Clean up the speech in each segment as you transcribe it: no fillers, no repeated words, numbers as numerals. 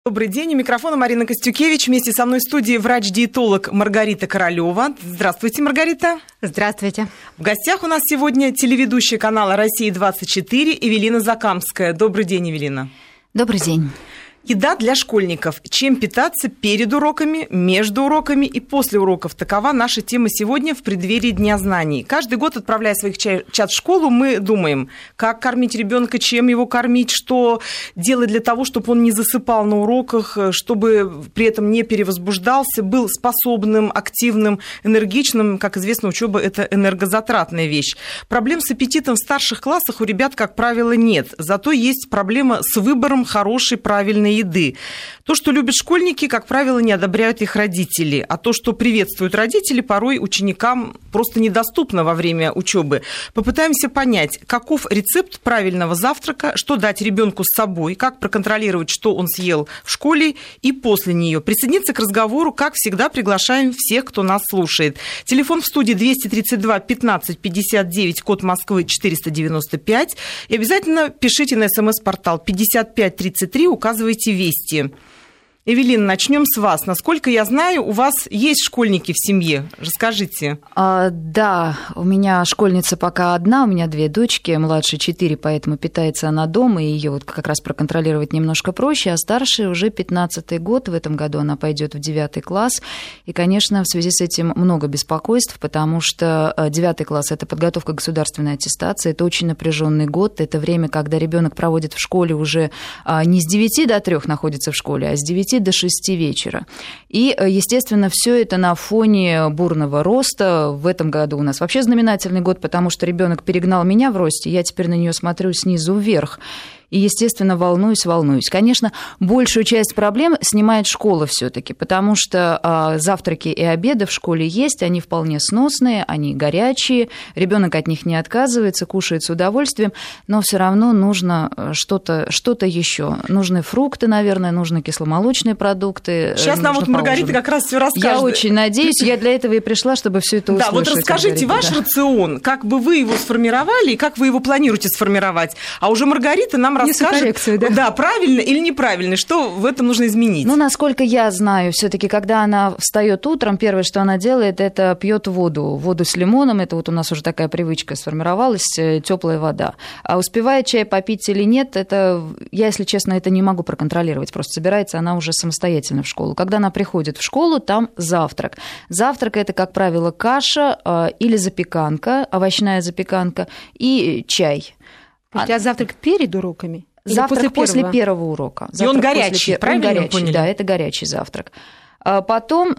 Добрый день. У микрофона Марина Костюкевич. Вместе со мной в студии врач-диетолог Маргарита Королева. Здравствуйте, Маргарита. Здравствуйте. В гостях у нас сегодня телеведущая канала «Россия-24» Эвелина Закамская. Добрый день, Эвелина. Добрый день. Еда для школьников. Чем питаться перед уроками, между уроками и после уроков? Такова наша тема сегодня в преддверии Дня знаний. Каждый год, отправляя своих чад в школу, мы думаем, как кормить ребенка, чем его кормить, что делать для того, чтобы он не засыпал на уроках, чтобы при этом не перевозбуждался, был способным, активным, энергичным. Как известно, учеба – это энергозатратная вещь. Проблем с аппетитом в старших классах у ребят, как правило, нет. Зато есть проблема с выбором хорошей, правильной еды. То, что любят школьники, как правило, не одобряют их родители, а то, что приветствуют родители, порой ученикам просто недоступно во время учебы. Попытаемся понять, каков рецепт правильного завтрака, что дать ребенку с собой, как проконтролировать, что он съел в школе и после нее. Присоединиться к разговору, как всегда, приглашаем всех, кто нас слушает. Телефон в студии 232 15 59, код Москвы 495. И обязательно пишите на СМС-портал 5533, указывайте «Вести». Эвелина, начнем с вас. Насколько я знаю, у вас есть школьники в семье. Расскажите. Да, у меня школьница пока одна, у меня 2 дочки, младшей 4, поэтому питается она дома, и ее вот как раз проконтролировать немножко проще, а старшая уже 15-й год, в этом году она пойдет в 9 класс, и, конечно, в связи с этим много беспокойств, потому что 9 класс – это подготовка к государственной аттестации, это очень напряженный год, это время, когда ребенок проводит в школе уже не с 9 до 3 находится в школе, а с 9 до 6 вечера. И, естественно, все это на фоне бурного роста. В этом году у нас вообще знаменательный год, потому что ребенок перегнал меня в росте, я теперь на нее смотрю снизу вверх. И, естественно, волнуюсь. Конечно, большую часть проблем снимает школа все-таки, потому что завтраки и обеды в школе есть, они вполне сносные, они горячие, ребенок от них не отказывается, кушает с удовольствием, но все равно нужно что-то еще. Нужны фрукты, наверное, нужны кисломолочные продукты. Сейчас нам вот Маргарита как раз все расскажет. Я очень надеюсь, я для этого и пришла, чтобы все это услышать. Да, вот расскажите ваш рацион, как бы вы его сформировали и как вы его планируете сформировать. А уже Маргарита нам расскажет, да, правильно или неправильно, что в этом нужно изменить. Ну, насколько я знаю, все-таки, когда она встает утром, первое, что она делает, это пьет воду с лимоном. Это вот у нас уже такая привычка сформировалась, теплая вода. А успевает чай попить или нет, это я, если честно, это не могу проконтролировать. Просто собирается она уже самостоятельно в школу. Когда она приходит в школу, там завтрак. Завтрак – это, как правило, каша или запеканка, овощная запеканка и чай. А завтрак перед уроками? Завтрак после первого урока. И он горячий, правильно поняли? Да, это горячий завтрак. Потом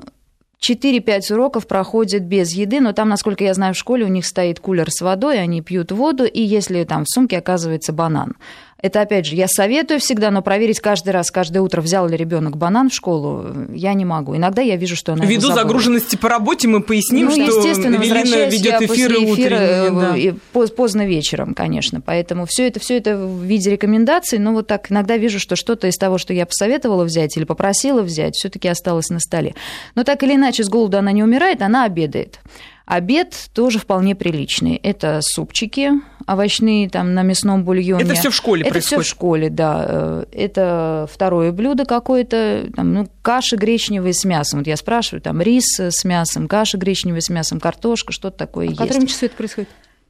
4-5 уроков проходят без еды, но там, насколько я знаю, в школе у них стоит кулер с водой, они пьют воду, и если там в сумке оказывается банан. Это, опять же, я советую всегда, но проверить каждый раз, каждое утро, взял ли ребенок банан в школу, я не могу. Иногда я вижу, что она ввиду загруженности по работе мы поясним, что Эвелина ведет эфиры утренние. Поздно вечером, конечно. Поэтому все это в виде рекомендаций, но вот так иногда вижу, что что-то из того, что я посоветовала взять или попросила взять, все-таки осталось на столе. Но так или иначе, с голоду она не умирает, она обедает. Обед тоже вполне приличный. Это супчики овощные там, на мясном бульоне. Это все в школе происходит? Это все в школе, да. Это второе блюдо какое-то, там, каши гречневые с мясом. Вот я спрашиваю, там рис с мясом, каша гречневая с мясом, картошка, что-то такое есть. В котором часу это происходит?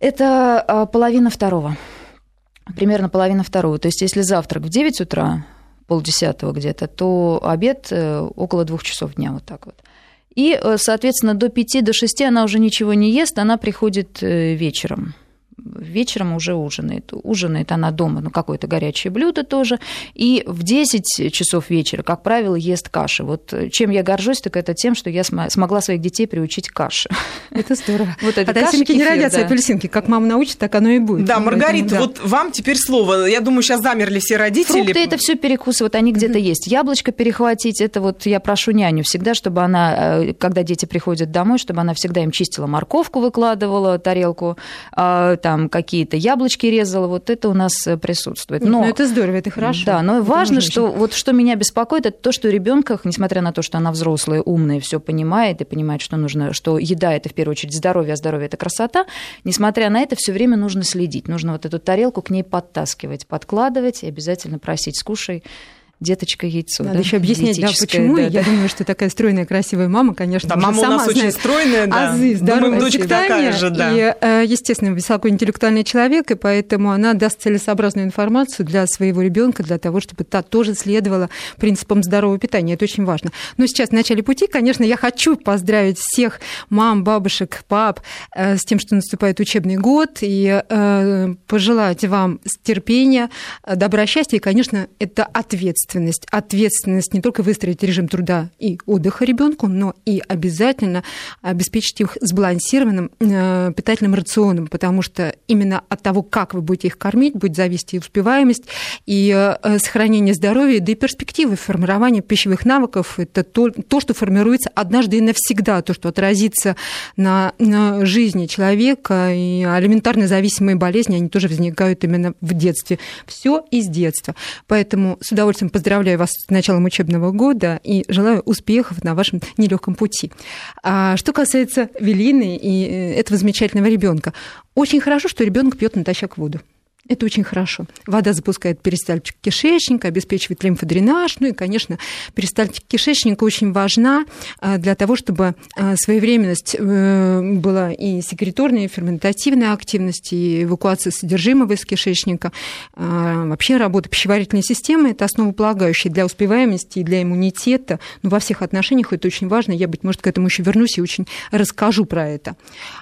Это половина второго. Примерно половина второго. То есть если завтрак в 9 утра, 9:30 где-то, то обед около 2 часов дня, вот так вот. И, соответственно, до 5, до 6 она уже ничего не ест, она приходит вечером. Вечером уже ужинает. Ужинает она дома, какое-то горячее блюдо тоже. И в 10 часов вечера, как правило, ест каши. Вот чем я горжусь, так это тем, что я смогла своих детей приучить к каше. Это здорово. Вот это апельсинки не родятся, да. Апельсинки. Как мама научит, так оно и будет. Да, Маргарита, вот вам теперь слово. Я думаю, сейчас замерли все родители. Фрукты – это все перекусы, вот они где-то есть. Яблочко перехватить – это вот я прошу няню всегда, чтобы она, когда дети приходят домой, чтобы она всегда им чистила морковку, выкладывала тарелку, там какие-то яблочки резала, вот это у нас присутствует. Но это здорово, это хорошо. Да, но важно, что вот что меня беспокоит, это то, что ребенка, несмотря на то, что она взрослая, умная, все понимает и понимает, что нужно, что еда это в первую очередь здоровье, а здоровье это красота. Несмотря на это, все время нужно следить, нужно вот эту тарелку к ней подтаскивать, подкладывать и обязательно просить: скушай, деточка яйцо. Надо еще объяснять, почему. Да, я думаю, что такая стройная, красивая мама, конечно, да, мама у нас очень стройная, да. Азы здоровья, дочка такая же, да. И, естественно, высокоинтеллектуальный человек, и поэтому она даст целесообразную информацию для своего ребенка, для того, чтобы та тоже следовала принципам здорового питания. Это очень важно. Но сейчас, в начале пути, конечно, я хочу поздравить всех мам, бабушек, пап с тем, что наступает учебный год, и пожелать вам терпения, добра, счастья, и, конечно, это ответственность. Ответственность не только выстроить режим труда и отдыха ребенку, но и обязательно обеспечить их сбалансированным питательным рационом, потому что именно от того, как вы будете их кормить, будет зависеть и успеваемость, и сохранение здоровья, да и перспективы формирования пищевых навыков. Это то, что формируется однажды и навсегда, то, что отразится на жизни человека, и элементарно зависимые болезни, они тоже возникают именно в детстве. Все из детства. Поэтому с удовольствием поздравляю вас с началом учебного года и желаю успехов на вашем нелегком пути. А что касается Велины и этого замечательного ребенка, очень хорошо, что ребенок пьет натощак воду. Это очень хорошо. Вода запускает перистальтику кишечника, обеспечивает лимфодренаж. Ну и, конечно, перистальтика кишечника очень важна для того, чтобы своевременность была и секреторная, и ферментативная активность, и эвакуация содержимого из кишечника. Вообще работа пищеварительной системы – это основополагающая для успеваемости и для иммунитета. Но во всех отношениях это очень важно. Я, быть может, к этому еще вернусь и очень расскажу про это.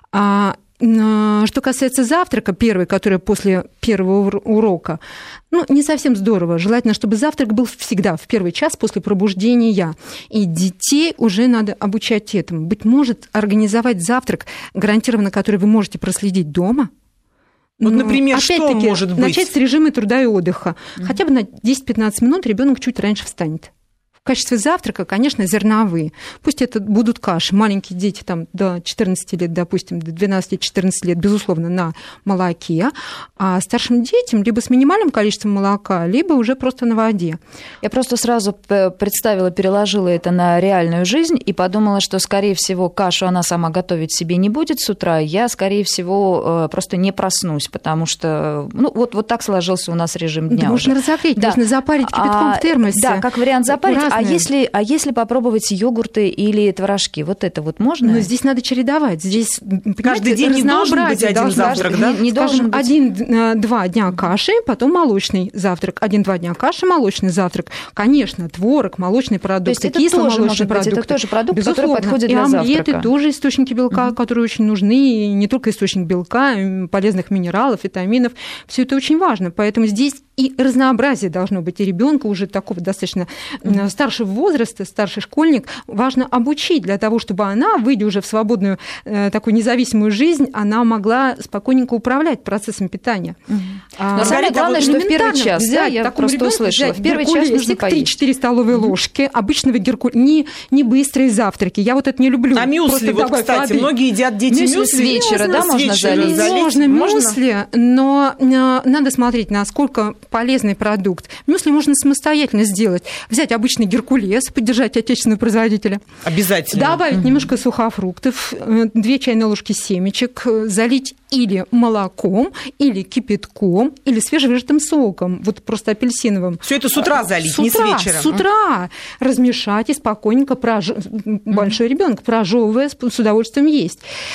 Что касается завтрака, который после первого урока, не совсем здорово. Желательно, чтобы завтрак был всегда в первый час после пробуждения. И детей уже надо обучать этому. Быть может, организовать завтрак, гарантированно, который вы можете проследить дома. Вот, например, что может быть? Начать с режима труда и отдыха. Хотя бы на 10-15 минут ребенок чуть раньше встанет. В качестве завтрака, конечно, зерновые. Пусть это будут каши. Маленькие дети там, до 14 лет, допустим, до 12-14 лет, безусловно, на молоке. А старшим детям либо с минимальным количеством молока, либо уже просто на воде. Я просто сразу представила, переложила это на реальную жизнь и подумала, что, скорее всего, кашу она сама готовить себе не будет с утра. Я, скорее всего, просто не проснусь, потому что вот так сложился у нас режим дня. Да, можно разогреть, можно запарить кипятком в термосе. Да, как вариант запарить. А если попробовать йогурты или творожки, вот это вот можно? Но здесь надо чередовать. Здесь, каждый день не должен быть один завтрак, да? Не должен быть. 1-2 дня каши, потом молочный завтрак. 1-2 дня каши, молочный завтрак. Конечно, творог, молочный продукт, кисломолочный продукт. Это тоже продукт, безусловно, который подходит для завтрака. И омлеты тоже источники белка, которые очень нужны. И не только источник белка, полезных минералов, витаминов. Все это очень важно. Поэтому здесь и разнообразие должно быть. И ребенка уже такого достаточно старшего возраста, старший школьник, важно обучить для того, чтобы она, выйдя уже в свободную такую независимую жизнь, она могла спокойненько управлять процессом питания. Но самое главное, что в первый час, я просто услышала, в первый час нужно поесть. 3-4 столовые ложки обычного геркулеса, не быстрые завтраки. Я вот это не люблю. А мюсли, вот, кстати, многие едят дети мюсли с вечера, да, можно залить? Можно мюсли, но надо смотреть, насколько полезный продукт. Мюсли можно самостоятельно сделать. Взять обычный геркулес, поддержать отечественного производителя. Обязательно. Добавить немножко сухофруктов, 2 чайные ложки семечек, залить или молоком, или кипятком, или свежевыжатым соком, вот просто апельсиновым. Все это с утра залить, не с вечера. С утра размешать и спокойненько большой ребенок, прожевывая, с удовольствием есть.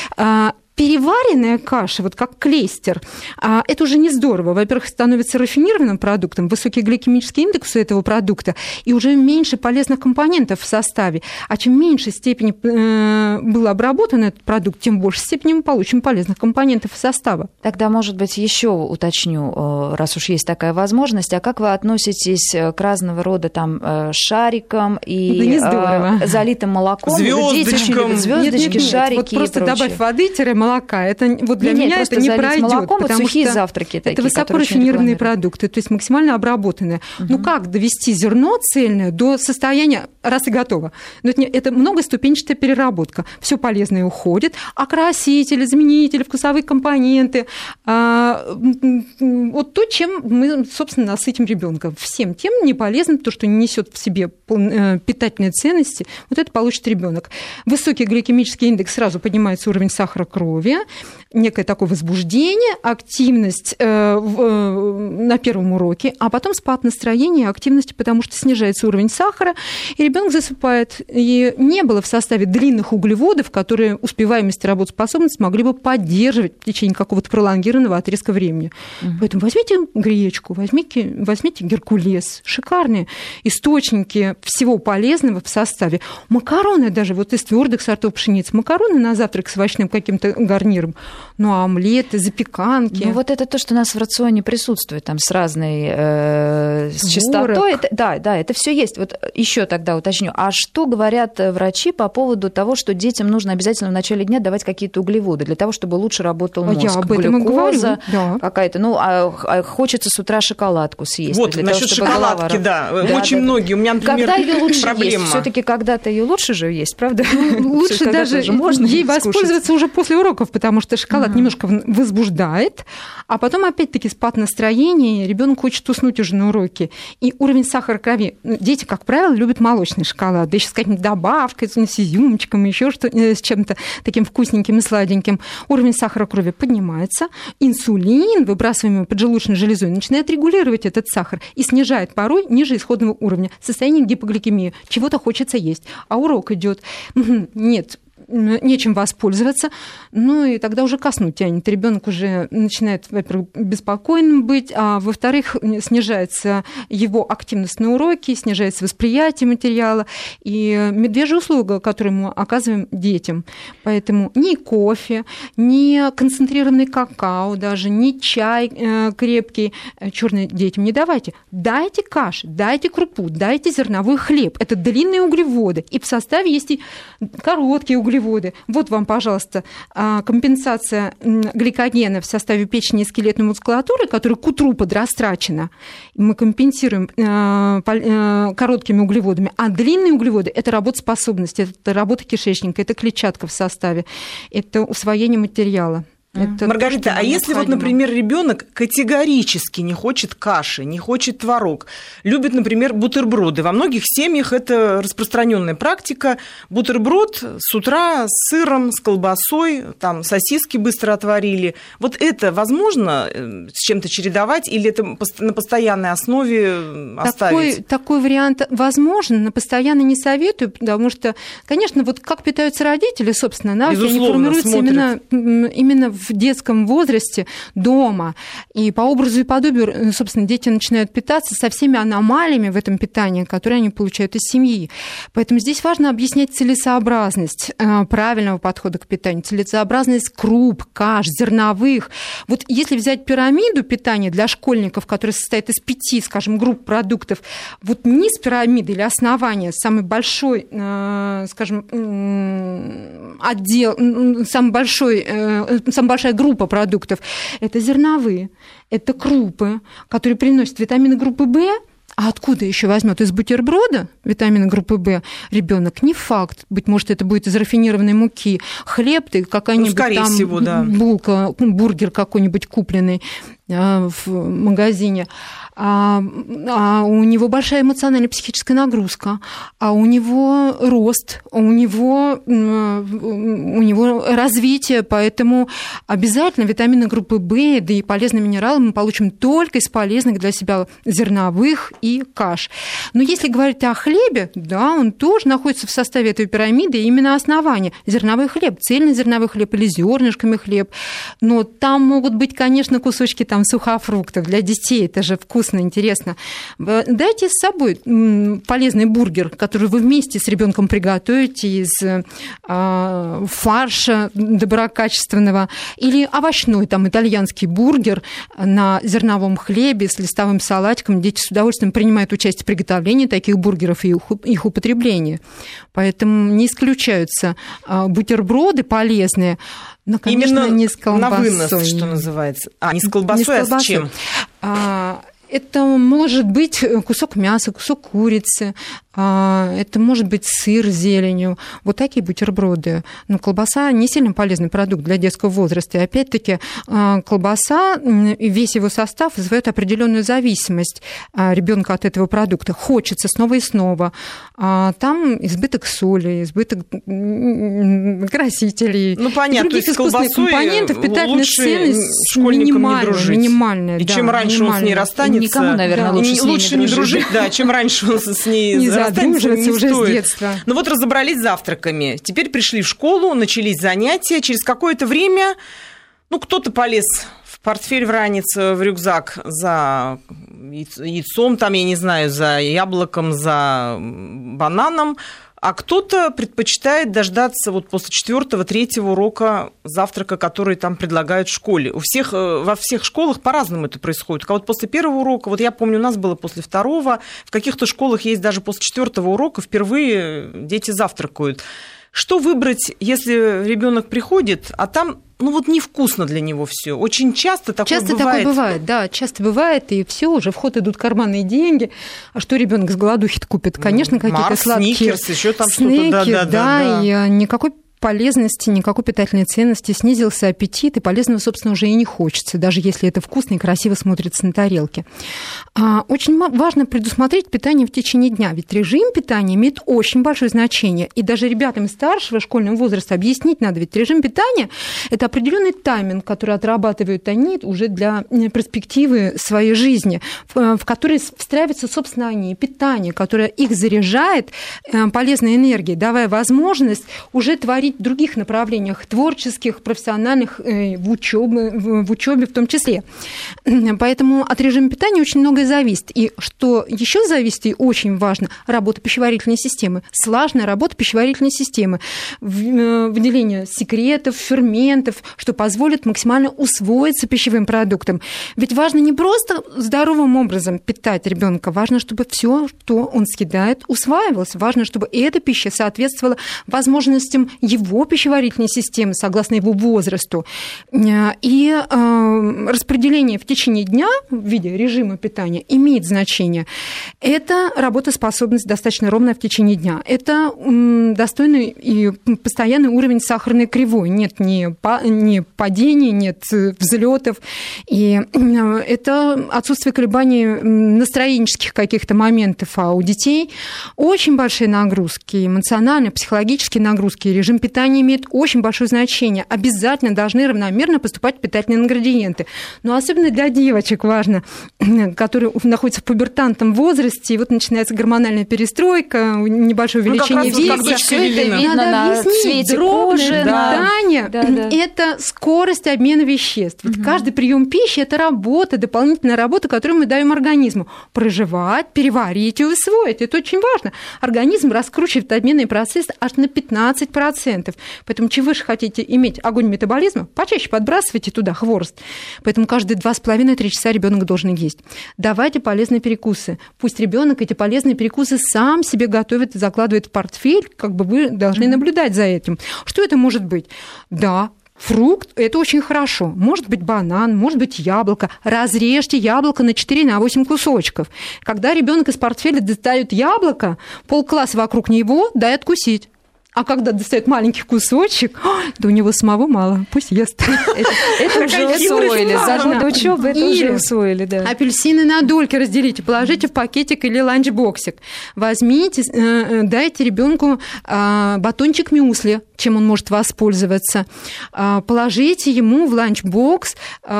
Переваренная каша, вот как клейстер, это уже не здорово. Во-первых, становится рафинированным продуктом, высокий гликемический индекс у этого продукта, и уже меньше полезных компонентов в составе. А чем меньше степени был обработан этот продукт, тем больше степени мы получим полезных компонентов в состава. Тогда, может быть, еще уточню, раз уж есть такая возможность, а как вы относитесь к разного рода там шарикам и залитым молоком? Звездочки, шарики вот просто и прочее. Добавь воды, молока. Это вот для меня это не пройдет, молоком, потому вот сухие что завтраки такие, это высокорафинированные продукты, то есть максимально обработанные. Ну как довести зерно цельное до состояния раз и готово? Но это многоступенчатая переработка. Все полезное уходит, окрасители, заменители, вкусовые компоненты. Вот то, чем мы, собственно, насытим ребенка. Всем тем не полезным, то, что не несет в себе питательные ценности, вот это получит ребенок. Высокий гликемический индекс, сразу поднимается уровень сахара крови. крови, некое такое возбуждение, активность на первом уроке, а потом спад настроения, активности, потому что снижается уровень сахара, и ребенок засыпает. И не было в составе длинных углеводов, которые успеваемость и работоспособность могли бы поддерживать в течение какого-то пролонгированного отрезка времени. Поэтому возьмите гречку, возьмите геркулес. Шикарные источники всего полезного в составе. Макароны даже вот из твердых сортов пшеницы. Макароны на завтрак с овощным каким-то гарниром. Ну, а омлеты, запеканки. Ну, вот это то, что у нас в рационе присутствует, там, с разной с частотой. Это все есть. Вот еще тогда уточню. А что говорят врачи по поводу того, что детям нужно обязательно в начале дня давать какие-то углеводы для того, чтобы лучше работал мозг? Я об этом глюкоза и говорю. Да. Какая-то. Ну, а хочется с утра шоколадку съесть. Вот, насчет шоколадки, да. Очень многие. У меня, например, когда ее лучше проблема. Есть? Все-таки когда-то ее лучше же есть, правда? Лучше даже ей воспользоваться уже после уроков, потому что шоколад немножко возбуждает, а потом опять-таки спад настроения, ребенок хочет уснуть уже на уроке. И уровень сахара в крови. Дети, как правило, любят молочный шоколад, да еще с какой-нибудь добавкой, с изюмчиком, еще с чем-то таким вкусненьким и сладеньким. Уровень сахара в крови поднимается, инсулин, выбрасываемый поджелудочной железой, начинает регулировать этот сахар и снижает порой ниже исходного уровня. Состояние гипогликемии. Чего-то хочется есть, а урок идет. Нет, нечем воспользоваться, ну и тогда уже ко сну тянет. Ребенок уже начинает, во-первых, беспокойным быть, а во-вторых, снижается его активность на уроке, снижается восприятие материала и медвежья услуга, которую мы оказываем детям. Поэтому ни кофе, ни концентрированный какао, даже ни чай крепкий черный детям не давайте. Дайте каши, дайте крупу, дайте зерновой хлеб. Это длинные углеводы. И в составе есть и короткие углеводы. Вот вам, пожалуйста, компенсация гликогена в составе печени и скелетной мускулатуры, которая к утру подрастрачена. Мы компенсируем короткими углеводами. А длинные углеводы – это работоспособность, это работа кишечника, это клетчатка в составе, это усвоение материала. Маргарита, а если вот, например, ребенок категорически не хочет каши, не хочет творог, любит, например, бутерброды. Во многих семьях это распространенная практика. Бутерброд с утра с сыром, с колбасой, там сосиски быстро отварили. Вот это возможно с чем-то чередовать или это на постоянной основе оставить? Такой вариант возможен, но постоянно не советую, потому что, конечно, вот как питаются родители, собственно, навыки, они формируются именно в детском возрасте дома. И по образу и подобию, собственно, дети начинают питаться со всеми аномалиями в этом питании, которые они получают из семьи. Поэтому здесь важно объяснять целесообразность правильного подхода к питанию, целесообразность круп, каш, зерновых. Вот если взять пирамиду питания для школьников, которая состоит из 5, скажем, групп продуктов, вот низ пирамиды или основание, самый большой, скажем, отдел, самая большая группа продуктов – это зерновые, это крупы, которые приносят витамины группы В. А откуда еще возьмет? Из бутерброда витамины группы В ребенок? Не факт. Быть может, это будет из рафинированной муки. Хлеб, какая-нибудь там всего, да. Булка, бургер какой-нибудь купленный в магазине. А у него большая эмоциональная психическая нагрузка, а у него рост, у него развитие, поэтому обязательно витамины группы В, да и полезные минералы мы получим только из полезных для себя зерновых и каш. Но если говорить о хлебе, да, он тоже находится в составе этой пирамиды, именно основание. Зерновой хлеб, цельный зерновой хлеб или зернышками хлеб, но там могут быть, конечно, кусочки там сухофруктов для детей, это же вкусно, интересно. Дайте с собой полезный бургер, который вы вместе с ребенком приготовите из фарша доброкачественного, или овощной, там, итальянский бургер на зерновом хлебе с листовым салатиком. Дети с удовольствием принимают участие в приготовлении таких бургеров и их употреблении. Поэтому не исключаются бутерброды полезные, но, конечно, именно не с колбасой. На вынос, что называется. Не с колбасой, а с чем? Это может быть кусок мяса, кусок курицы, это может быть сыр с зеленью, вот такие бутерброды. Но колбаса не сильно полезный продукт для детского возраста. И опять-таки колбаса, весь его состав вызывает определенную зависимость ребенка от этого продукта. Хочется снова и снова. Там избыток соли, избыток красителей. Ну, понятно, то есть с колбасой компонентов, питательная ценность минимальная. И чем раньше он с ней расстанется... Никому, наверное, лучше не дружить. Да, чем раньше он с ней расстанется, не уже стоит. С детства. Ну вот разобрались с завтраками. Теперь пришли в школу, начались занятия. Через какое-то время, кто-то полез в портфель, в ранец, в рюкзак за яйцом, там, я не знаю, за яблоком, за бананом. А кто-то предпочитает дождаться вот после 4-3 урока завтрака, который там предлагают в школе. Во всех школах по-разному это происходит. У кого-то после 1-го урока, вот я помню, у нас было после 2-го, в каких-то школах есть даже после 4-го урока впервые дети завтракают. Что выбрать, если ребенок приходит, а там невкусно для него все. Очень часто такое бывает. Часто такое бывает, да, часто бывает, и все, уже в ход идут карманные деньги. А что ребенок с голодухи купит? Конечно, какие-то сладкие сникерс, еще там снеки, что-то. Да, и никакой полезности, никакой питательной ценности, снизился аппетит, и полезного, собственно, уже и не хочется, даже если это вкусно и красиво смотрится на тарелке. Очень важно предусмотреть питание в течение дня, ведь режим питания имеет очень большое значение, и даже ребятам старшего школьного возраста объяснить надо, ведь режим питания – это определенный тайминг, который отрабатывают они уже для перспективы своей жизни, в который встраиваются, собственно, они, питание, которое их заряжает полезной энергией, давая возможность уже творить в других направлениях, творческих, профессиональных, в учебе в том числе. Поэтому от режима питания очень многое зависит. И что еще зависит, и очень важно, работа пищеварительной системы. Слаженная работа пищеварительной системы. Выделение секретов, ферментов, что позволит максимально усвоиться пищевым продуктам. Ведь важно не просто здоровым образом питать ребенка, важно, чтобы все, что он съедает, усваивалось. Важно, чтобы эта пища соответствовала возможностям его пищеварительной системы, согласно его возрасту. И распределение в течение дня в виде режима питания имеет значение. Это работоспособность достаточно ровная в течение дня. Это достойный и постоянный уровень сахарной кривой. Нет ни падений, нет взлетов. И это отсутствие колебаний настроенческих каких-то моментов. А у детей очень большие нагрузки, эмоциональные, психологические нагрузки. Режим питания имеет очень большое значение. Обязательно должны равномерно поступать питательные ингредиенты. Но особенно для девочек важно, которые находятся в пубертантном возрасте, и вот начинается гормональная перестройка, небольшое увеличение веса. Все это видно на цвете кожи. Питание – это скорость обмена веществ. Ведь каждый прием пищи – это работа, дополнительная работа, которую мы даем организму. Проживать, переварить и усвоить. Это очень важно. Организм раскручивает обменный процесс аж на 15%. Поэтому, чем выше хотите иметь огонь метаболизма, почаще подбрасывайте туда хворост. Поэтому каждые 2,5-3 часа ребенок должен есть. Давайте полезные перекусы. Пусть ребенок эти полезные перекусы сам себе готовит и закладывает в портфель, как бы вы должны наблюдать за этим. Что это может быть? Да, фрукт – это очень хорошо. Может быть банан, может быть яблоко. Разрежьте яблоко на 4-8 кусочков. Когда ребенок из портфеля достает яблоко, полкласса вокруг него дай откусить. А когда достает маленький кусочек, да у него самого мало, пусть ест. Это уже усвоили. За год учебы это уже усвоили, да. Апельсины на дольки разделите, положите в пакетик или ланчбоксик. Возьмите, дайте ребенку батончик мюсли, чем он может воспользоваться. Положите ему в ланчбокс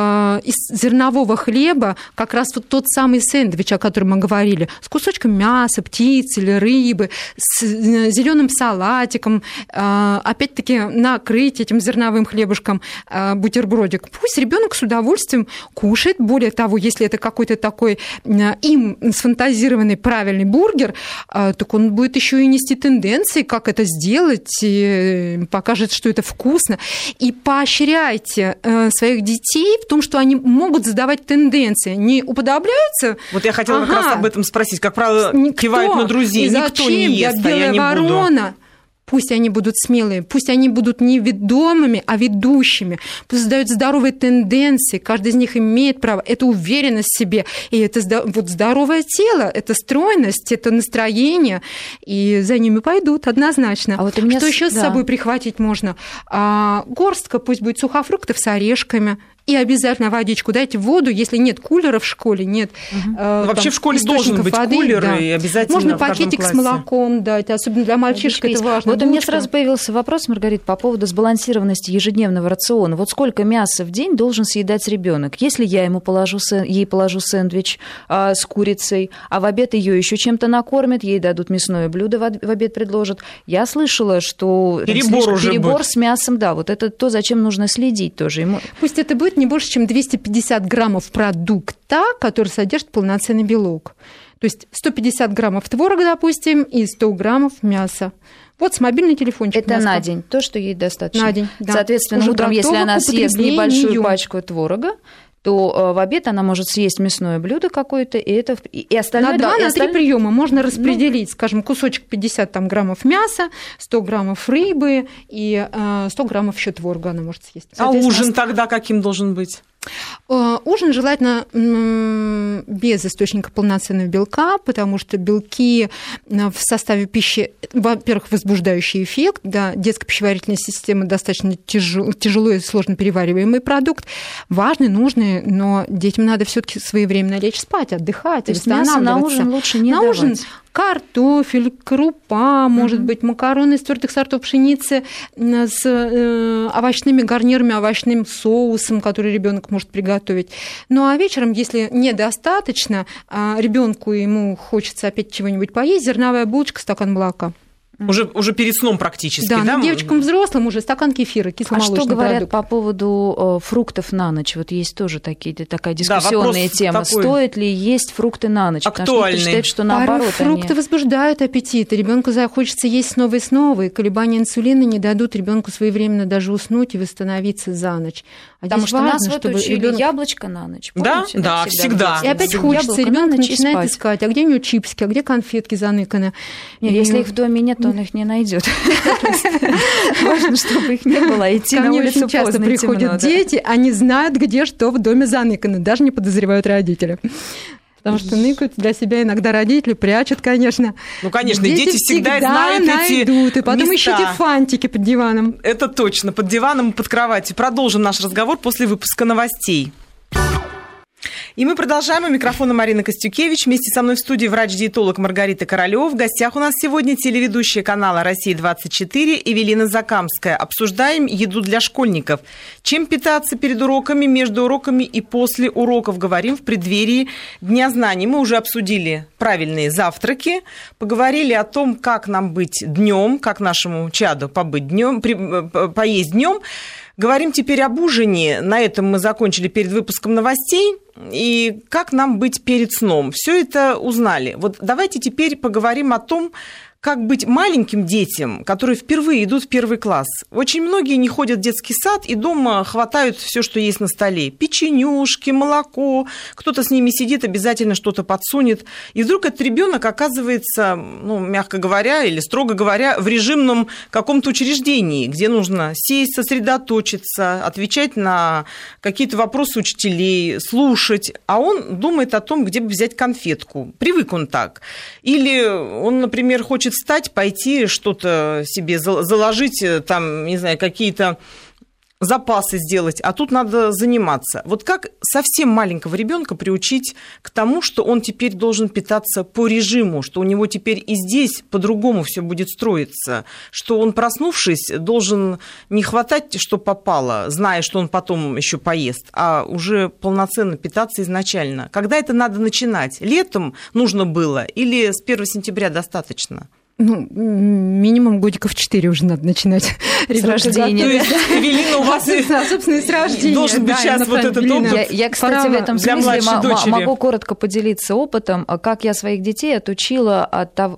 из зернового хлеба как раз вот тот самый сэндвич, о котором мы говорили, с кусочком мяса, птицы или рыбы, с зеленым салатиком, опять-таки накрыть этим зерновым хлебушком бутербродик. Пусть ребенок с удовольствием кушает. Более того, если это какой-то такой им сфантазированный правильный бургер, так он будет еще и нести тенденции, как это сделать, и покажет, что это вкусно. И поощряйте своих детей в том, что они могут задавать тенденции. Не уподобляются. Вот я хотела как раз об этом спросить. Как правило, кивают на друзей. Никто не ест, а я не буду. Пусть они будут смелые, пусть они будут не ведомыми, а ведущими, пусть создают здоровые тенденции, каждый из них имеет право, это уверенность в себе, и это вот здоровое тело, это стройность, это настроение, и за ними пойдут однозначно. А вот у меня что еще с собой прихватить можно? Горстка, пусть будет сухофруктов с орешками. И обязательно водичку. Дайте воду, если нет кулера в школе, нет вообще в школе должен быть воды, кулер, да. и обязательно можно в каждом пакетик классе. с молоком дать, особенно для мальчишек это важно. Вот у меня сразу появился вопрос, Маргарита, по поводу сбалансированности ежедневного рациона. Вот сколько мяса в день должен съедать ребенок? Если я ей положу сэндвич с курицей, а в обед ее еще чем-то накормят, ей дадут мясное блюдо, в обед предложат. Я слышала, что перебор с мясом, да, вот это то, зачем нужно следить тоже. Пусть это будет не больше, чем 250 граммов продукта, который содержит полноценный белок. То есть 150 граммов творога, допустим, и 100 граммов мяса. Вот с мобильный телефончик. Это на день, то, что ей достаточно. На день, да. Соответственно, уже утром, если она съест небольшую пачку творога, то в обед она может съесть мясное блюдо какое-то, и остальное... На 2-3 приема можно распределить, скажем, кусочек 50 там, граммов мяса, 100 граммов рыбы и 100 граммов еще творога она может съесть. А ужин тогда каким должен быть? Ужин желательно без источника полноценного белка, потому что белки в составе пищи, во-первых, возбуждающий эффект, да, детская пищеварительная система достаточно тяжелый и сложно перевариваемый продукт, важный, нужный, но детям надо все-таки своевременно лечь спать, отдыхать, то есть мясо на ужин лучше не давать. Ужин картофель, крупа, может быть, макароны из твердых сортов пшеницы с овощными гарнирами, овощным соусом, который ребенок может приготовить. Ну а вечером, если недостаточно, ребенку ему хочется опять чего-нибудь поесть, зерновая булочка, стакан молока. Уже перед сном практически, да? Да, девочкам взрослым уже стакан кефира, кисломолочный продукт. А что говорят по поводу фруктов на ночь? Вот есть тоже такая дискуссионная тема. Такой... Стоит ли есть фрукты на ночь? Актуальный. Потому что некоторые считают, что наоборот фрукты возбуждают аппетит, и ребенку захочется есть снова и снова, и колебания инсулина не дадут ребенку своевременно даже уснуть и восстановиться за ночь. Потому что нас вот учили яблочко на ночь. Помните, да, всегда. И опять хочется, ребенок начинает искать, а где у него чипсики, а где конфетки заныканы. Если их в доме нет, он их не найдет. Важно, чтобы их не было, идти на улицу поздно. Часто приходят дети, они знают, где что в доме заныкано, даже не подозревают родители. Потому что ныкают для себя иногда родители, прячут, конечно. Ну, конечно, дети всегда знают найдут, эти и потом места. ищите фантики под диваном. Это точно, под диваном и под кроватью. Продолжим наш разговор после выпуска новостей. И мы продолжаем. У микрофона Марина Костюкевич. Вместе со мной в студии врач-диетолог Маргарита Королёва. В гостях у нас сегодня телеведущая канала «Россия-24» Эвелина Закамская. Обсуждаем еду для школьников. Чем питаться перед уроками, между уроками и после уроков. Говорим в преддверии Дня знаний. Мы уже обсудили правильные завтраки, поговорили о том, как нам быть днем, как нашему чаду побыть днем, поесть днем. Говорим теперь об ужине. На этом мы закончили перед выпуском новостей. И как нам быть перед сном. Все это узнали. Вот давайте теперь поговорим о том, как быть маленьким детям, которые впервые идут в первый класс. Очень многие не ходят в детский сад и дома хватают все, что есть на столе. Печенюшки, молоко. Кто-то с ними сидит, обязательно что-то подсунет. И вдруг этот ребенок оказывается, ну, мягко говоря, или строго говоря, в режимном каком-то учреждении, где нужно сесть, сосредоточиться, отвечать на какие-то вопросы учителей, слушать. А он думает о том, где бы взять конфетку. Привык он так. Или он, например, хочет встать, пойти что-то себе заложить, там, не знаю, какие-то запасы сделать, а тут надо заниматься. Вот как совсем маленького ребенка приучить к тому, что он теперь должен питаться по режиму, что у него теперь и здесь по-другому все будет строиться, что он, проснувшись, должен не хватать, что попало, зная, что он потом еще поест, а уже полноценно питаться изначально. Когда это надо начинать? Летом нужно было или с 1 сентября достаточно? Ну, минимум годиков 4 уже надо начинать. С рождения. То есть, Эвелина, у вас собственно, с рождения. Должен быть сейчас вот этот опыт. Я, кстати, в этом смысле могу коротко поделиться опытом, как я своих детей отучила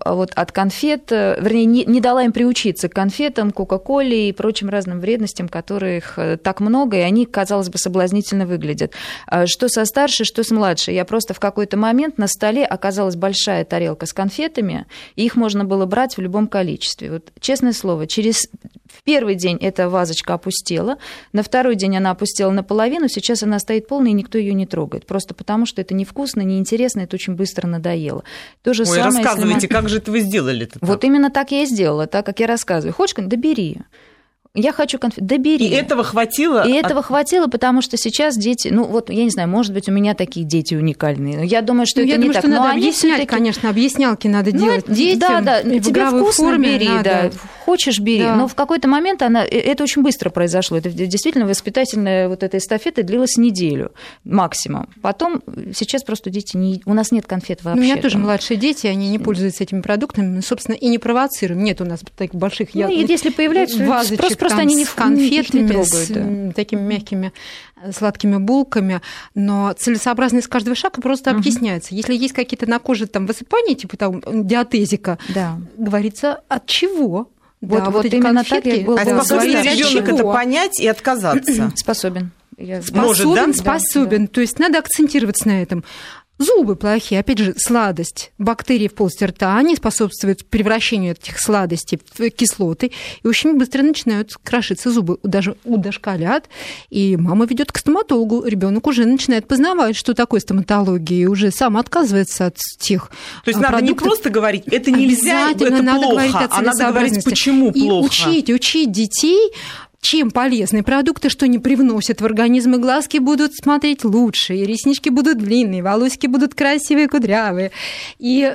от конфет, вернее, не дала им приучиться к конфетам, кока-коле и прочим разным вредностям, которых так много, и они, казалось бы, соблазнительно выглядят. Что со старшей, что с младшей. Я просто в какой-то момент на столе оказалась большая тарелка с конфетами, и их можно было брать в любом количестве. Вот, честное слово, в первый день эта вазочка опустела, на второй день она опустела наполовину, сейчас она стоит полной, и никто ее не трогает. Просто потому, что это невкусно, неинтересно, это очень быстро надоело. То же самое, рассказывайте, как же это вы сделали-то? Вот именно так я и сделала, так как я рассказываю. Хочешь, да бери. Я хочу конфет. Да бери. И этого хватило? И этого хватило, потому что сейчас дети... Ну, вот, я не знаю, может быть, у меня такие дети уникальные. Но я думаю, что это не так. Что надо объяснять, конечно, объяснялки надо делать детям. Да, тебе вкусно, бери, да. Хочешь, бери. Да. Но в какой-то момент это очень быстро произошло. Это действительно воспитательная вот эта эстафета длилась неделю максимум. Потом сейчас просто дети у нас нет конфет вообще. У меня тоже младшие дети, они не пользуются этими продуктами, собственно, и не провоцируем. Нет у нас таких больших если появляются вазочек, просто они не с конфетами, трогают, с такими мягкими сладкими булками, но целесообразность каждого шага просто объясняется. Если есть какие-то на коже там высыпания, типа там диатезика, говорится, от чего? Вот именно так я была. А способен ребенок это понять и отказаться? Способен. Способен. То есть надо акцентироваться на этом. Зубы плохие, опять же, сладость. Бактерии в полости рта, они способствуют превращению этих сладостей в кислоты, и очень быстро начинают крошиться зубы, даже у дошколят. И мама ведет к стоматологу, ребенок уже начинает познавать, что такое стоматология, и уже сам отказывается от тех То есть надо не просто говорить, это нельзя, это плохо, а надо говорить, почему плохо. И учить детей, чем полезны продукты, что не привносят в организм, и глазки будут смотреть лучше, и реснички будут длинные, волосики будут красивые, кудрявые, и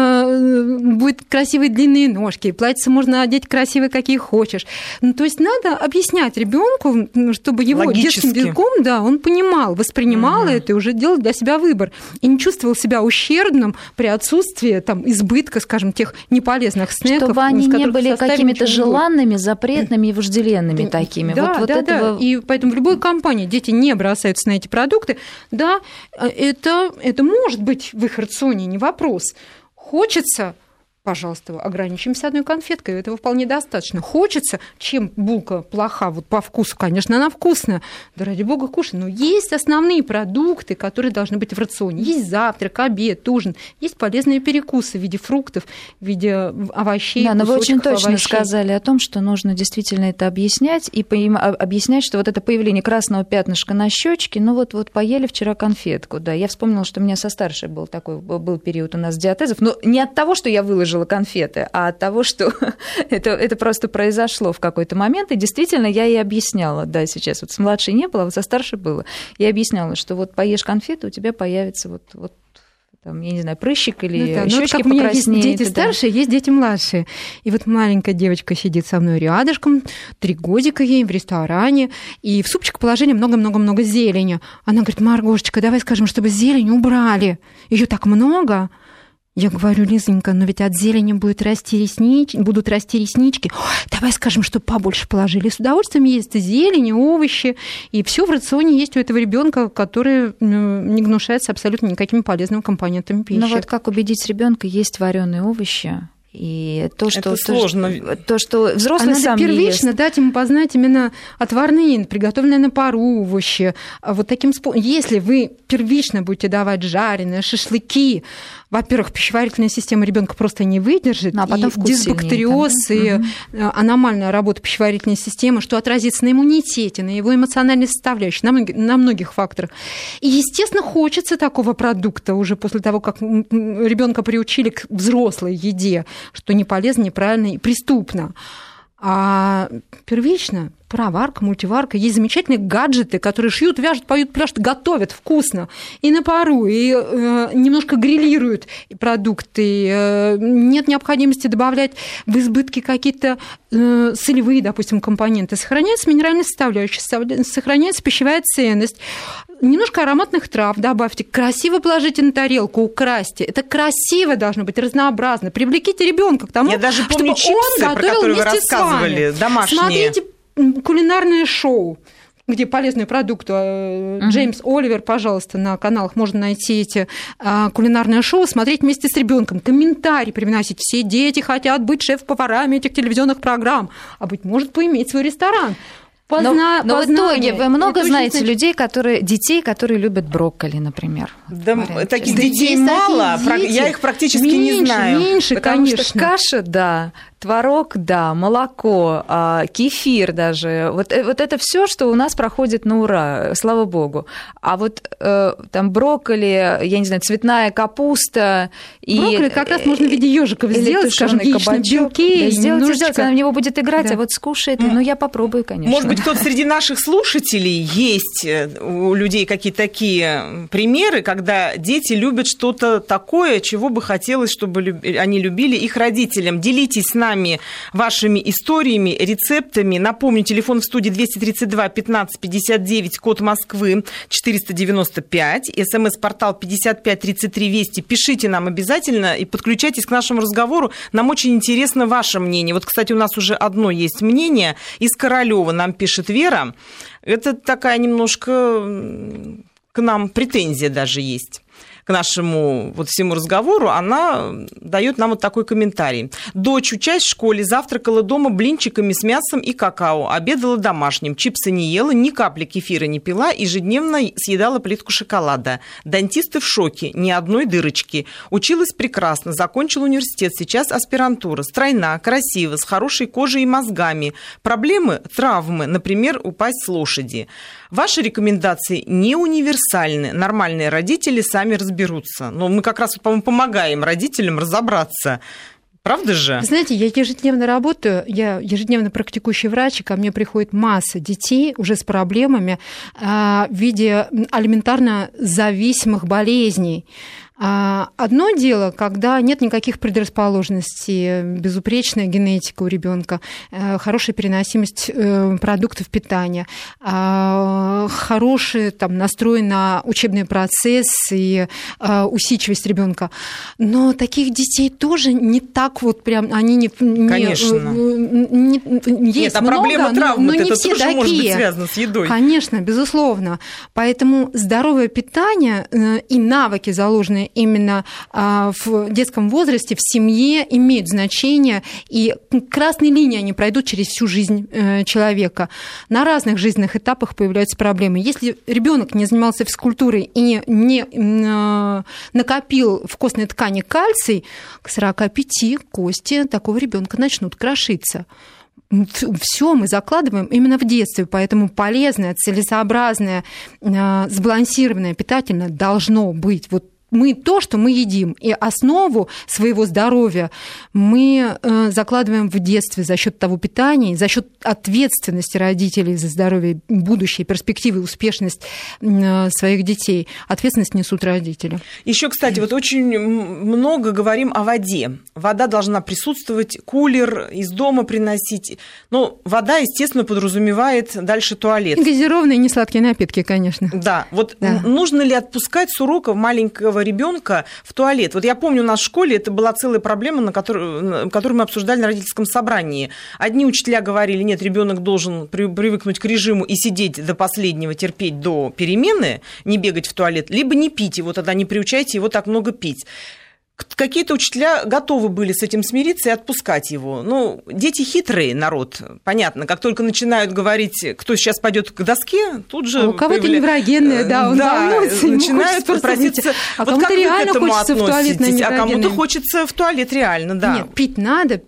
будут красивые длинные ножки, и платьице можно одеть красивые, какие хочешь. То есть надо объяснять ребенку, чтобы его детским языком, он понимал, воспринимал это и уже делал для себя выбор. И не чувствовал себя ущербным при отсутствии избытка, скажем, тех неполезных снеков. Чтобы они не были какими-то желанными, запретными и вожделенными такими. Да. И поэтому в любой компании дети не бросаются на эти продукты. Да, это может быть в их рационе, не вопрос. Хочется, пожалуйста, ограничимся одной конфеткой, этого вполне достаточно. Хочется, чем булка плоха, вот по вкусу, конечно, она вкусная, да ради бога кушай, но есть основные продукты, которые должны быть в рационе. Есть завтрак, обед, ужин, есть полезные перекусы в виде фруктов, в виде овощей, но вы очень точно сказали о том, что нужно действительно это объяснять, и объяснять, что вот это появление красного пятнышка на щечке, вот поели вчера конфетку, да, я вспомнила, что у меня со старшей был период у нас диатезов, но не от того, что я выложила конфеты, а от того, что это просто произошло в какой-то момент, и действительно я ей объясняла, да, сейчас вот с младшей не было, вот со старшей было, я объясняла, что вот поешь конфеты, у тебя появится там, я не знаю, прыщик или щёчки покраснеют. У меня есть дети старшие, есть дети младшие. И вот маленькая девочка сидит со мной рядышком, 3 годика ей в ресторане, и в супчик положили много-много-много зелени. Она говорит: Маргошечка, давай скажем, чтобы зелень убрали. Ее так много. Я говорю: Лизонька, но ведь от зелени будут расти реснички. Давай скажем, что побольше положили. С удовольствием есть зелень, овощи, и все в рационе есть у этого ребенка, который не гнушается абсолютно никакими полезными компонентами пищи. Но вот как убедить ребенка есть вареные овощи? И то, что взрослый сам не ест. Надо первично дать ему познать именно отварные, приготовленные на пару овощи. Вот таким способом. Если вы первично будете давать жареные, шашлыки, во-первых, пищеварительная система ребенка просто не выдержит, а потом и дисбактериоз, и аномальная работа пищеварительной системы, что отразится на иммунитете, на его эмоциональной составляющей, на многих факторах. И, естественно, хочется такого продукта уже после того, как ребенка приучили к взрослой еде, что не полезно, неправильно и преступно. А первично пароварка, мультиварка, есть замечательные гаджеты, которые шьют, вяжут, поют, пляшут, готовят вкусно и на пару, и немножко грилируют продукты. Нет необходимости добавлять в избытке какие-то солевые, допустим, компоненты. Сохраняется минеральная составляющая, сохраняется пищевая ценность. Немножко ароматных трав добавьте, красиво положите на тарелку, украсьте. Это красиво должно быть, разнообразно. Привлеките ребенка к тому, чтобы чипсы, он готовил вместе с вами. Домашние. Смотрите кулинарное шоу, где полезные продукты. Джеймс Оливер, пожалуйста, на каналах можно найти эти кулинарное шоу, смотреть вместе с ребенком, комментарии привносить. Все дети хотят быть шеф-поварами этих телевизионных программ, а быть может поиметь свой ресторан. Но в итоге вы много знаете детей, которые любят брокколи, например. Да, таких детей мало, я их практически не знаю. Меньше, потому конечно. что каша, да, творог, да, молоко, кефир даже. Вот это все, что у нас проходит на ура, слава богу. А вот там брокколи, я не знаю, цветная капуста. Брокколи как раз можно в виде ежиков сделать, скажем, в яичном белке. Сделать, она в него будет играть, да. А вот скушает, я попробую, конечно. Может быть, кто-то среди наших слушателей есть у людей какие-то такие примеры, когда дети любят что-то такое, чего бы хотелось, чтобы они любили их родителям. Делитесь с нами вашими историями, рецептами. Напомню, телефон в студии 232 15 59, код Москвы 495, СМС-портал 5533 Вести. Пишите нам обязательно и подключайтесь к нашему разговору. Нам очень интересно ваше мнение. Вот, кстати, у нас уже одно есть мнение. Из Королёва нам пишет Вера. Это такая немножко к нам претензия даже есть. К нашему всему разговору, она дает нам вот такой комментарий. Дочь, учась в школе, завтракала дома блинчиками с мясом и какао, обедала домашним, чипсы не ела, ни капли кефира не пила, ежедневно съедала плитку шоколада. Дантисты в шоке, ни одной дырочки. Училась прекрасно, закончила университет, сейчас аспирантура. Стройна, красива, с хорошей кожей и мозгами. Проблемы – травмы, например, упасть с лошади. Ваши рекомендации не универсальны. Нормальные родители сами разберутся. Но мы как раз, по-моему, помогаем родителям разобраться. Правда же? Знаете, я ежедневно работаю, я ежедневно практикующий врач, и ко мне приходит масса детей уже с проблемами в виде алиментарно зависимых болезней. Одно дело, когда нет никаких предрасположенностей, безупречная генетика у ребенка, хорошая переносимость продуктов питания, хороший настрой на учебный процесс и усидчивость ребенка. Но таких детей тоже не так прям, они не... Конечно. Есть нет, много, проблема травм, но не это все тоже такие. Может быть связано с едой. Конечно, безусловно. Поэтому здоровое питание и навыки, заложенные именно в детском возрасте, в семье, имеют значение, и красные линии они пройдут через всю жизнь человека. На разных жизненных этапах появляются проблемы. Если ребенок не занимался физкультурой и не накопил в костной ткани кальций, к 45 кости такого ребенка начнут крошиться. Все мы закладываем именно в детстве, поэтому полезное, целесообразное, сбалансированное, питательное должно быть мы то, что мы едим, и основу своего здоровья мы закладываем в детстве за счет того питания, за счет ответственности родителей за здоровье, будущее, перспективы, успешность своих детей. Ответственность несут родители. Еще, кстати, очень много говорим о воде. Вода должна присутствовать, кулер из дома приносить. Но вода, естественно, подразумевает дальше туалет. Газированные и несладкие напитки, конечно. Да. Нужно ли отпускать с уроков маленького ребенка в туалет? Я помню, у нас в школе это была целая проблема, которую мы обсуждали на родительском собрании. Одни учителя говорили, нет, ребенок должен привыкнуть к режиму и сидеть до последнего, терпеть до перемены, не бегать в туалет, либо не пить его, тогда не приучайте его так много пить. Какие-то учителя готовы были с этим смириться и отпускать его. Дети хитрые, народ, понятно. Как только начинают говорить, кто сейчас пойдет к доске, тут же... у кого-то неврогенные, он волнуется, начинают проситься. А кому-то реально хочется в туалет на неврогенные. А кому-то хочется в туалет реально, да. Нет, пить надо,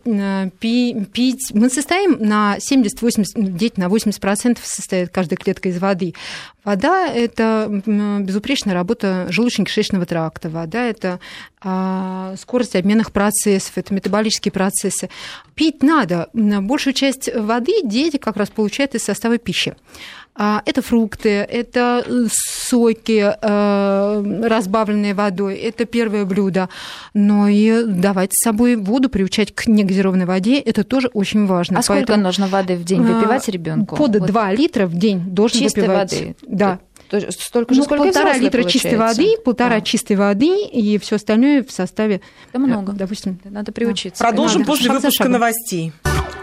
пить... Мы состоим на 70-80, дети на 80% состоят каждая клетка из воды. Вода – это безупречная работа желудочно-кишечного тракта. Вода – это скорость обменных процессов, это метаболические процессы. Пить надо. Большую часть воды дети как раз получают из состава пищи. Это фрукты, это соки, разбавленные водой, это первое блюдо. Но и давать с собой воду, приучать к негазированной воде, это тоже очень важно. А сколько нужно воды в день выпивать ребенку? Под 2 литра в день должен чистой выпивать. Воды? Да. Столько же, сколько 1,5 литра чистой воды, 1,5 чистой воды, и все остальное в составе... Это много. Допустим. Надо приучиться. Продолжим после выпуска новостей.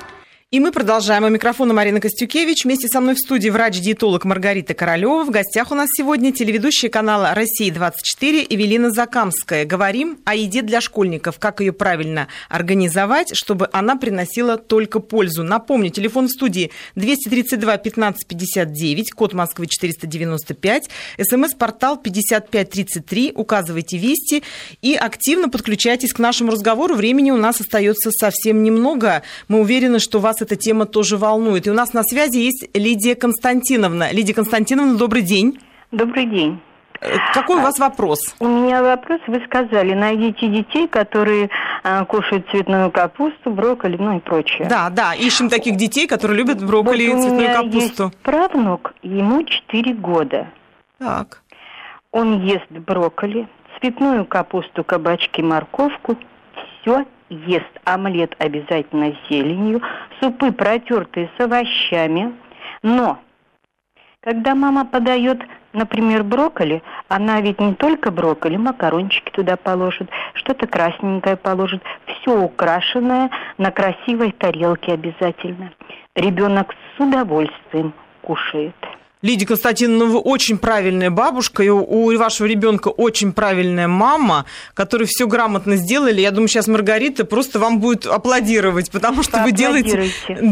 И мы продолжаем. У микрофона Марина Костюкевич. Вместе со мной в студии врач-диетолог Маргарита Королева. В гостях у нас сегодня телеведущая канала «Россия-24» Эвелина Закамская. Говорим о еде для школьников, как ее правильно организовать, чтобы она приносила только пользу. Напомню, телефон в студии 232 15 59, код Москвы 495, СМС-портал 5533. Указывайте «Вести» и активно подключайтесь к нашему разговору. Времени у нас остается совсем немного. Мы уверены, что вас эта тема тоже волнует. И у нас на связи есть Лидия Константиновна. Лидия Константиновна, добрый день. Добрый день. Какой у вас вопрос? У меня вопрос. Вы сказали, найдите детей, которые кушают цветную капусту, брокколи, и прочее. Да, ищем таких детей, которые любят брокколи и цветную капусту. У меня есть правнук, ему 4 года. Так. Он ест брокколи, цветную капусту, кабачки, морковку, все ест. Омлет обязательно с зеленью, супы протертые с овощами. Но когда мама подает, например, брокколи, она ведь не только брокколи, макарончики туда положит, что-то красненькое положит, все украшенное на красивой тарелке обязательно. Ребенок с удовольствием кушает. Лидия Константиновна, вы очень правильная бабушка, и у вашего ребенка очень правильная мама, которые все грамотно сделали. Я думаю, сейчас Маргарита просто вам будет аплодировать, потому что вы делаете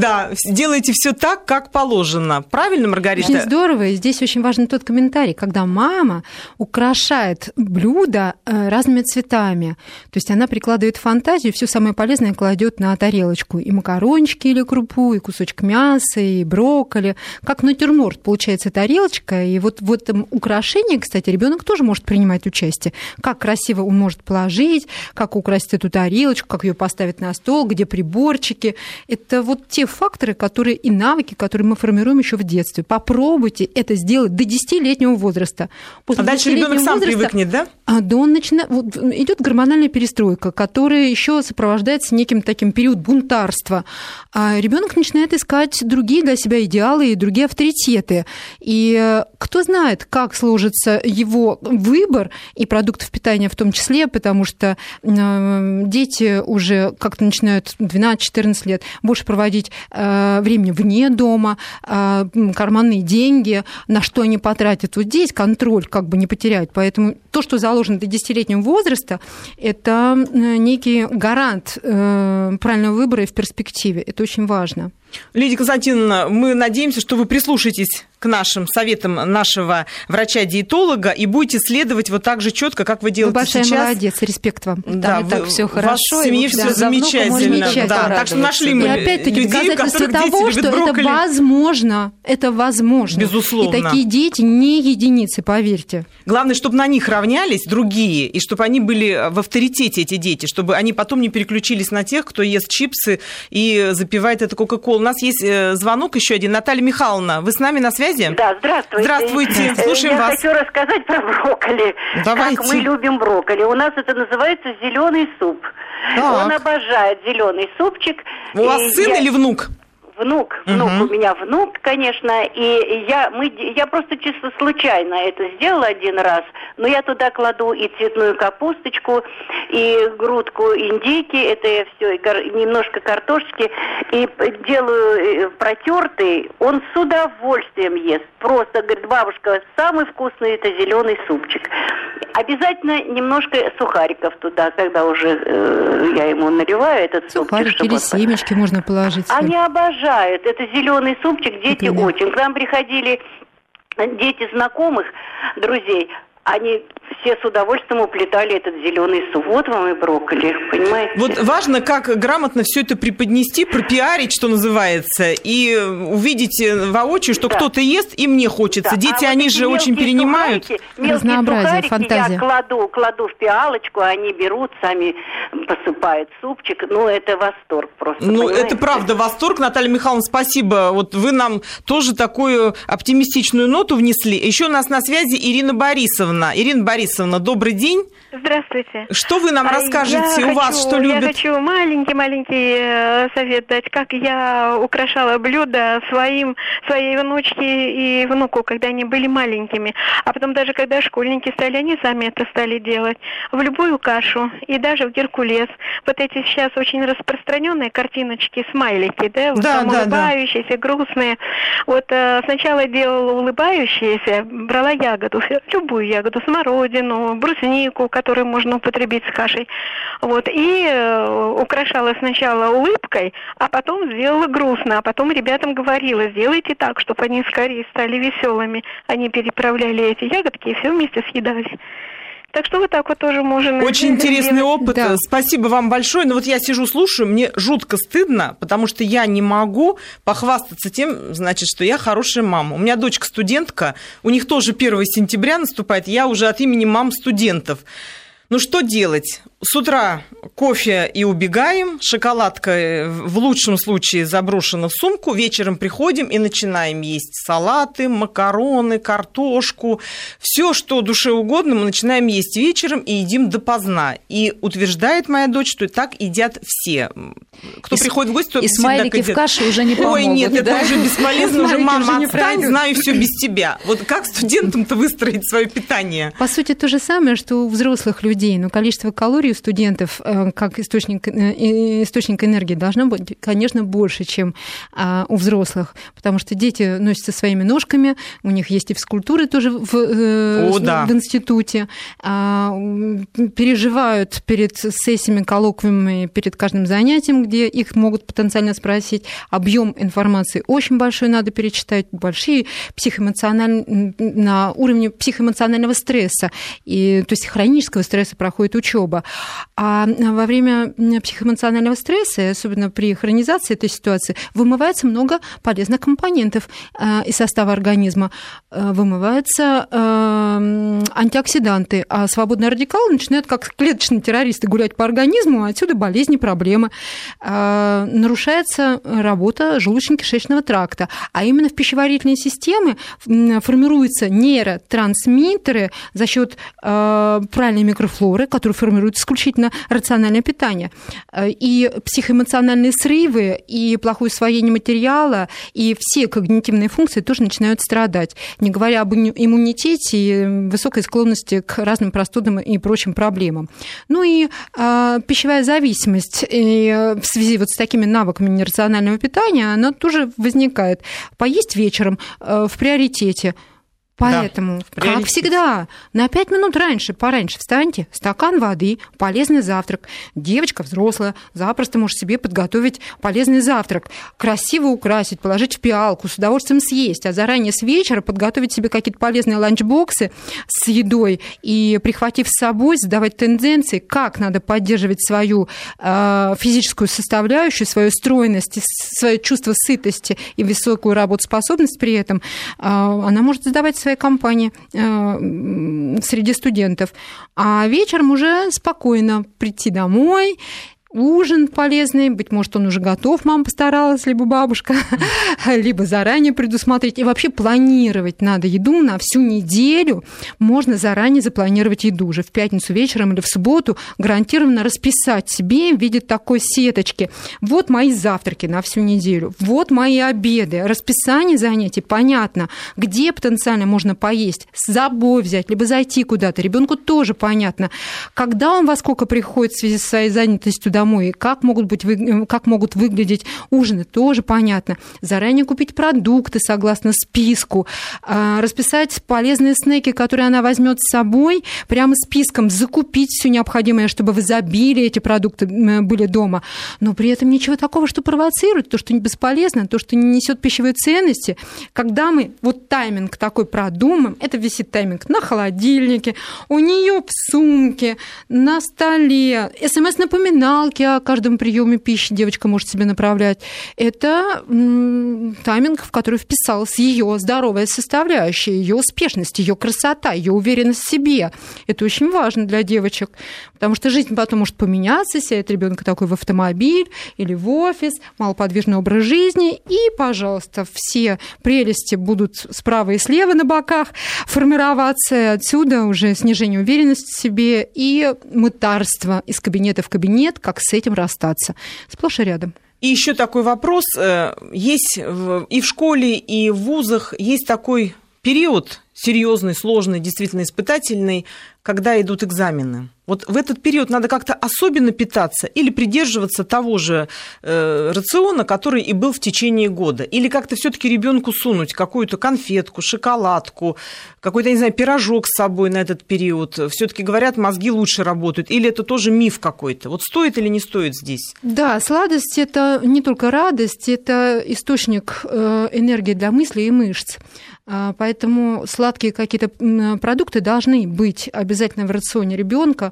все так, как положено. Правильно, Маргарита? Очень здорово. И здесь очень важен тот комментарий, когда мама украшает блюдо разными цветами. То есть она прикладывает фантазию, все самое полезное кладет на тарелочку. И макарончики или крупу, и кусочек мяса, и брокколи. Как натюрморт получается тарелочка, и вот в этом украшении, кстати, ребенок тоже может принимать участие. Как красиво он может положить, как украсить эту тарелочку, как ее поставить на стол, где приборчики. Это вот те факторы, которые и навыки, которые мы формируем еще в детстве. Попробуйте это сделать до 10-летнего возраста. А дальше ребенок сам привыкнет, да? Да, он начинает. Вот, идет гормональная перестройка, которая еще сопровождается неким таким период бунтарства. А ребенок начинает искать другие для себя идеалы и другие авторитеты. И кто знает, как сложится его выбор и продуктов питания в том числе, потому что дети уже как-то начинают 12-14 лет больше проводить времени вне дома, карманные деньги, на что они потратят. Вот здесь контроль как бы не потерять. Поэтому то, что заложено до 10-летнего возраста, это некий гарант правильного выбора и в перспективе. Это очень важно. Лидия Константиновна, мы надеемся, что вы прислушаетесь к нашим советам нашего врача-диетолога и будете следовать вот так же четко, как вы делаете сейчас. Вы большая молодец, респект вам. Да, так все хорошо. У вас в семье все замечательно. Да, так что нашли мы людей, у которых дети любят брокколи. Это возможно. Безусловно. И такие дети не единицы, поверьте. Главное, чтобы на них равнялись другие, и чтобы они были в авторитете, эти дети, чтобы они потом не переключились на тех, кто ест чипсы и запивает это кока-колу. У нас есть звонок еще один. Наталья Михайловна, вы с нами на связи? Да, здравствуйте. Здравствуйте, слушаем вас. Я хочу рассказать про брокколи. Давайте. Как мы любим брокколи. У нас это называется зеленый суп. Так. Он обожает зеленый супчик. У вас сын или внук? Внук, у меня внук, конечно, и я просто чисто случайно это сделала один раз, но я туда кладу и цветную капусточку, и грудку индейки, это я все, немножко картошки, и делаю протертый, он с удовольствием ест. Просто, говорит, бабушка, самый вкусный это зеленый супчик. Обязательно немножко сухариков туда, когда уже я ему наливаю этот супчик. Сухарики или семечки можно положить. Они обожают. Это зеленый супчик, дети очень. К нам приходили дети знакомых, друзей, они все с удовольствием уплетали этот зеленый суп. Вот вам и брокколи, понимаете? Вот важно, как грамотно все это преподнести, пропиарить, что называется, и увидеть воочию, что кто-то ест, и мне хочется. Да. Дети, они же очень перенимают. Разнообразие, фантазия. Я кладу в пиалочку, они берут, сами посыпают супчик. Ну, это восторг просто, понимаете? Это правда восторг. Наталья Михайловна, спасибо. Вот вы нам тоже такую оптимистичную ноту внесли. Еще у нас на связи Ирина Борисовна. Ирина Борисовна, Борисовна, добрый день. Здравствуйте. Что вы нам расскажете у вас, что любят? Я хочу маленький совет дать, как я украшала блюда своей внучке и внуку, когда они были маленькими. А потом даже когда школьники стали, они сами это стали делать. В любую кашу и даже в геркулес. Вот эти сейчас очень распространенные картиночки, смайлики, да, улыбающиеся, грустные. Вот сначала делала улыбающиеся, брала ягоду, любую ягоду, смородину, бруснику, которую можно употребить с кашей. Вот, и украшала сначала улыбкой, а потом сделала грустно, а потом ребятам говорила, сделайте так, чтобы они скорее стали веселыми. Они переправляли эти ягодки и все вместе съедали. Так что вот так вот тоже можно... Очень интересный опыт. Да. Спасибо вам большое. Но вот я сижу, слушаю, мне жутко стыдно, потому что я не могу похвастаться тем, значит, что я хорошая мама. У меня дочка студентка, у них тоже 1 сентября наступает, я уже от имени мам студентов. Ну что делать? С утра кофе и убегаем, шоколадка в лучшем случае заброшена в сумку, вечером приходим и начинаем есть салаты, макароны, картошку, все, что душе угодно, мы начинаем есть вечером и едим допоздна. И утверждает моя дочь, что так едят все. Кто приходит в гости, тот и смайлики в каше уже не помогут. Ой, нет, это уже бесполезно, уже мама, отстань, знаю все без тебя. Вот как студентам-то выстроить свое питание? По сути, то же самое, что у взрослых людей, но количество калорий у студентов как источник энергии должно быть, конечно, больше, чем у взрослых, потому что дети носятся своими ножками, у них есть и физкультура тоже в институте, переживают перед сессиями, коллоквиумами, перед каждым занятием, где их могут потенциально спросить. Объем информации очень большой, надо перечитать, большие на уровне психоэмоционального стресса, и, то есть хронического стресса проходит учеба. А во время психоэмоционального стресса, особенно при хронизации этой ситуации, вымывается много полезных компонентов из состава организма. Вымываются антиоксиданты, а свободные радикалы начинают, как клеточные террористы, гулять по организму, а отсюда болезни, проблемы. Нарушается работа желудочно-кишечного тракта, а именно в пищеварительной системе формируются нейротрансмиттеры за счет правильной микрофлоры, которые формируют исключительно рациональное питание. И психоэмоциональные срывы, и плохое усвоение материала, и все когнитивные функции тоже начинают страдать, не говоря об иммунитете и высокой склонности к разным простудам и прочим проблемам. Ну и пищевая зависимость в связи вот с такими навыками нерационального питания, она тоже возникает. Поесть вечером в приоритете. Поэтому, как всегда, на 5 минут пораньше встаньте, стакан воды, полезный завтрак. Девочка взрослая запросто может себе подготовить полезный завтрак, красиво украсить, положить в пиалку, с удовольствием съесть, а заранее с вечера подготовить себе какие-то полезные ланчбоксы с едой и, прихватив с собой, задавать тенденции, как надо поддерживать свою физическую составляющую, свою стройность, свое чувство сытости и высокую работоспособность при этом. Она может задавать своей компании среди студентов. А вечером уже спокойно прийти домой, ужин полезный, быть может, он уже готов, мама постаралась, либо бабушка, либо заранее предусмотреть. И вообще планировать надо еду на всю неделю. Можно заранее запланировать еду уже в пятницу вечером или в субботу, гарантированно расписать себе в виде такой сеточки. Вот мои завтраки на всю неделю, вот мои обеды, расписание занятий, понятно, где потенциально можно поесть, с собой взять, либо зайти куда-то. Ребенку тоже понятно, когда он во сколько приходит в связи со своей занятостью домой, и как могут выглядеть ужины, тоже понятно. Заранее купить продукты согласно списку, расписать полезные снеки, которые она возьмет с собой, прямо списком закупить все необходимое, чтобы в изобилии эти продукты были дома. Но при этом ничего такого, что провоцирует, то, что не бесполезно, то, что не несет пищевой ценности. Когда мы вот тайминг такой продумаем, это висит тайминг на холодильнике, у нее в сумке, на столе, СМС-напоминалки расписалки о каждом приеме пищи девочка может себе направлять. Это тайминг, в который вписалась ее здоровая составляющая, ее успешность, ее красота, ее уверенность в себе. Это очень важно для девочек, потому что жизнь потом может поменяться, сядет ребенок такой в автомобиль или в офис, малоподвижный образ жизни, и, пожалуйста, все прелести будут справа и слева на боках формироваться, отсюда уже снижение уверенности в себе и мытарство из кабинета в кабинет, как с этим расстаться. Сплошь и рядом. И еще такой вопрос. Есть и в школе, и в вузах есть такой период серьезный, сложный, действительно испытательный, когда идут экзамены. Вот в этот период надо как-то особенно питаться или придерживаться того же рациона, который и был в течение года, или как-то все-таки ребенку сунуть какую-то конфетку, шоколадку, какой-то, не знаю, пирожок с собой на этот период. Все-таки говорят, мозги лучше работают, или это тоже миф какой-то? Вот стоит или не стоит здесь? Да, сладость – это не только радость, это источник энергии для мыслей и мышц. Поэтому сладкие какие-то продукты должны быть обязательно в рационе ребенка.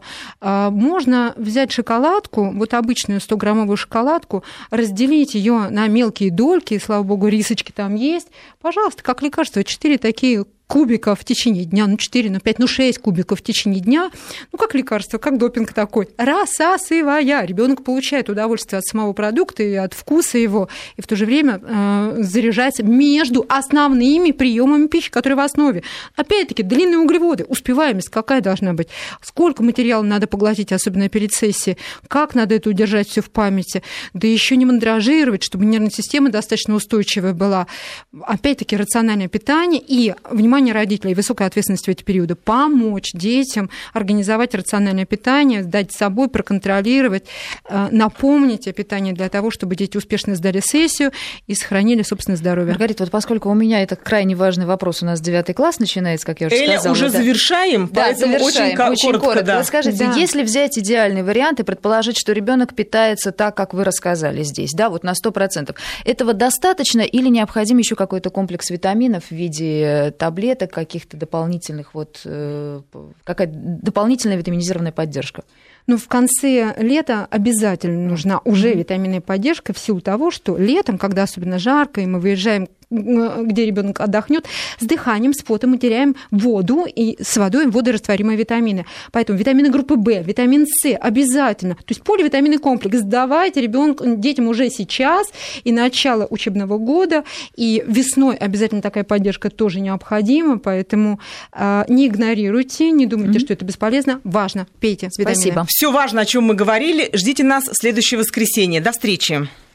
Можно взять шоколадку, вот обычную 100-граммовую шоколадку, разделить ее на мелкие дольки, слава богу, рисочки там есть. Пожалуйста, как лекарство, 4 такие кубика в течение дня, 4, 5, 6 кубиков в течение дня, как лекарство, как допинг такой, рассасывая. Ребенок получает удовольствие от самого продукта и от вкуса его, и в то же время заряжается между основными приемами пищи, которые в основе. Опять-таки, длинные углеводы, успеваемость какая должна быть, сколько материала надо поглотить, особенно перед сессией, как надо это удержать все в памяти, да еще не мандражировать, чтобы нервная система достаточно устойчивая была. Опять-таки, рациональное питание и внимание родителей, высокая ответственность в эти периоды, помочь детям организовать рациональное питание, дать с собой, проконтролировать, напомнить о питании для того, чтобы дети успешно сдали сессию и сохранили собственное здоровье. Маргарита, вот поскольку у меня это крайне важный вопрос, у нас 9 класс начинается, как я уже сказала. Уже завершаем, поэтому очень коротко. Да. Вот скажите, если взять идеальный вариант и предположить, что ребенок питается так, как вы рассказали здесь, да, вот на 100%, этого достаточно или необходим еще какой-то комплекс витаминов в виде таблеток, каких-то дополнительных, какая-то дополнительная витаминизированная поддержка? В конце лета обязательно нужна уже витаминная поддержка в силу того, что летом, когда особенно жарко, и мы выезжаем, где ребенок отдохнет, с дыханием, с потом мы теряем воду, и с водой водорастворимые витамины. Поэтому витамины группы В, витамин С обязательно. То есть поливитаминный комплекс давайте детям уже сейчас, и начало учебного года, и весной обязательно такая поддержка тоже необходима, поэтому не игнорируйте, не думайте, что это бесполезно. Важно, пейте витамины. Спасибо. Все важно, о чем мы говорили. Ждите нас в следующее воскресенье. До встречи.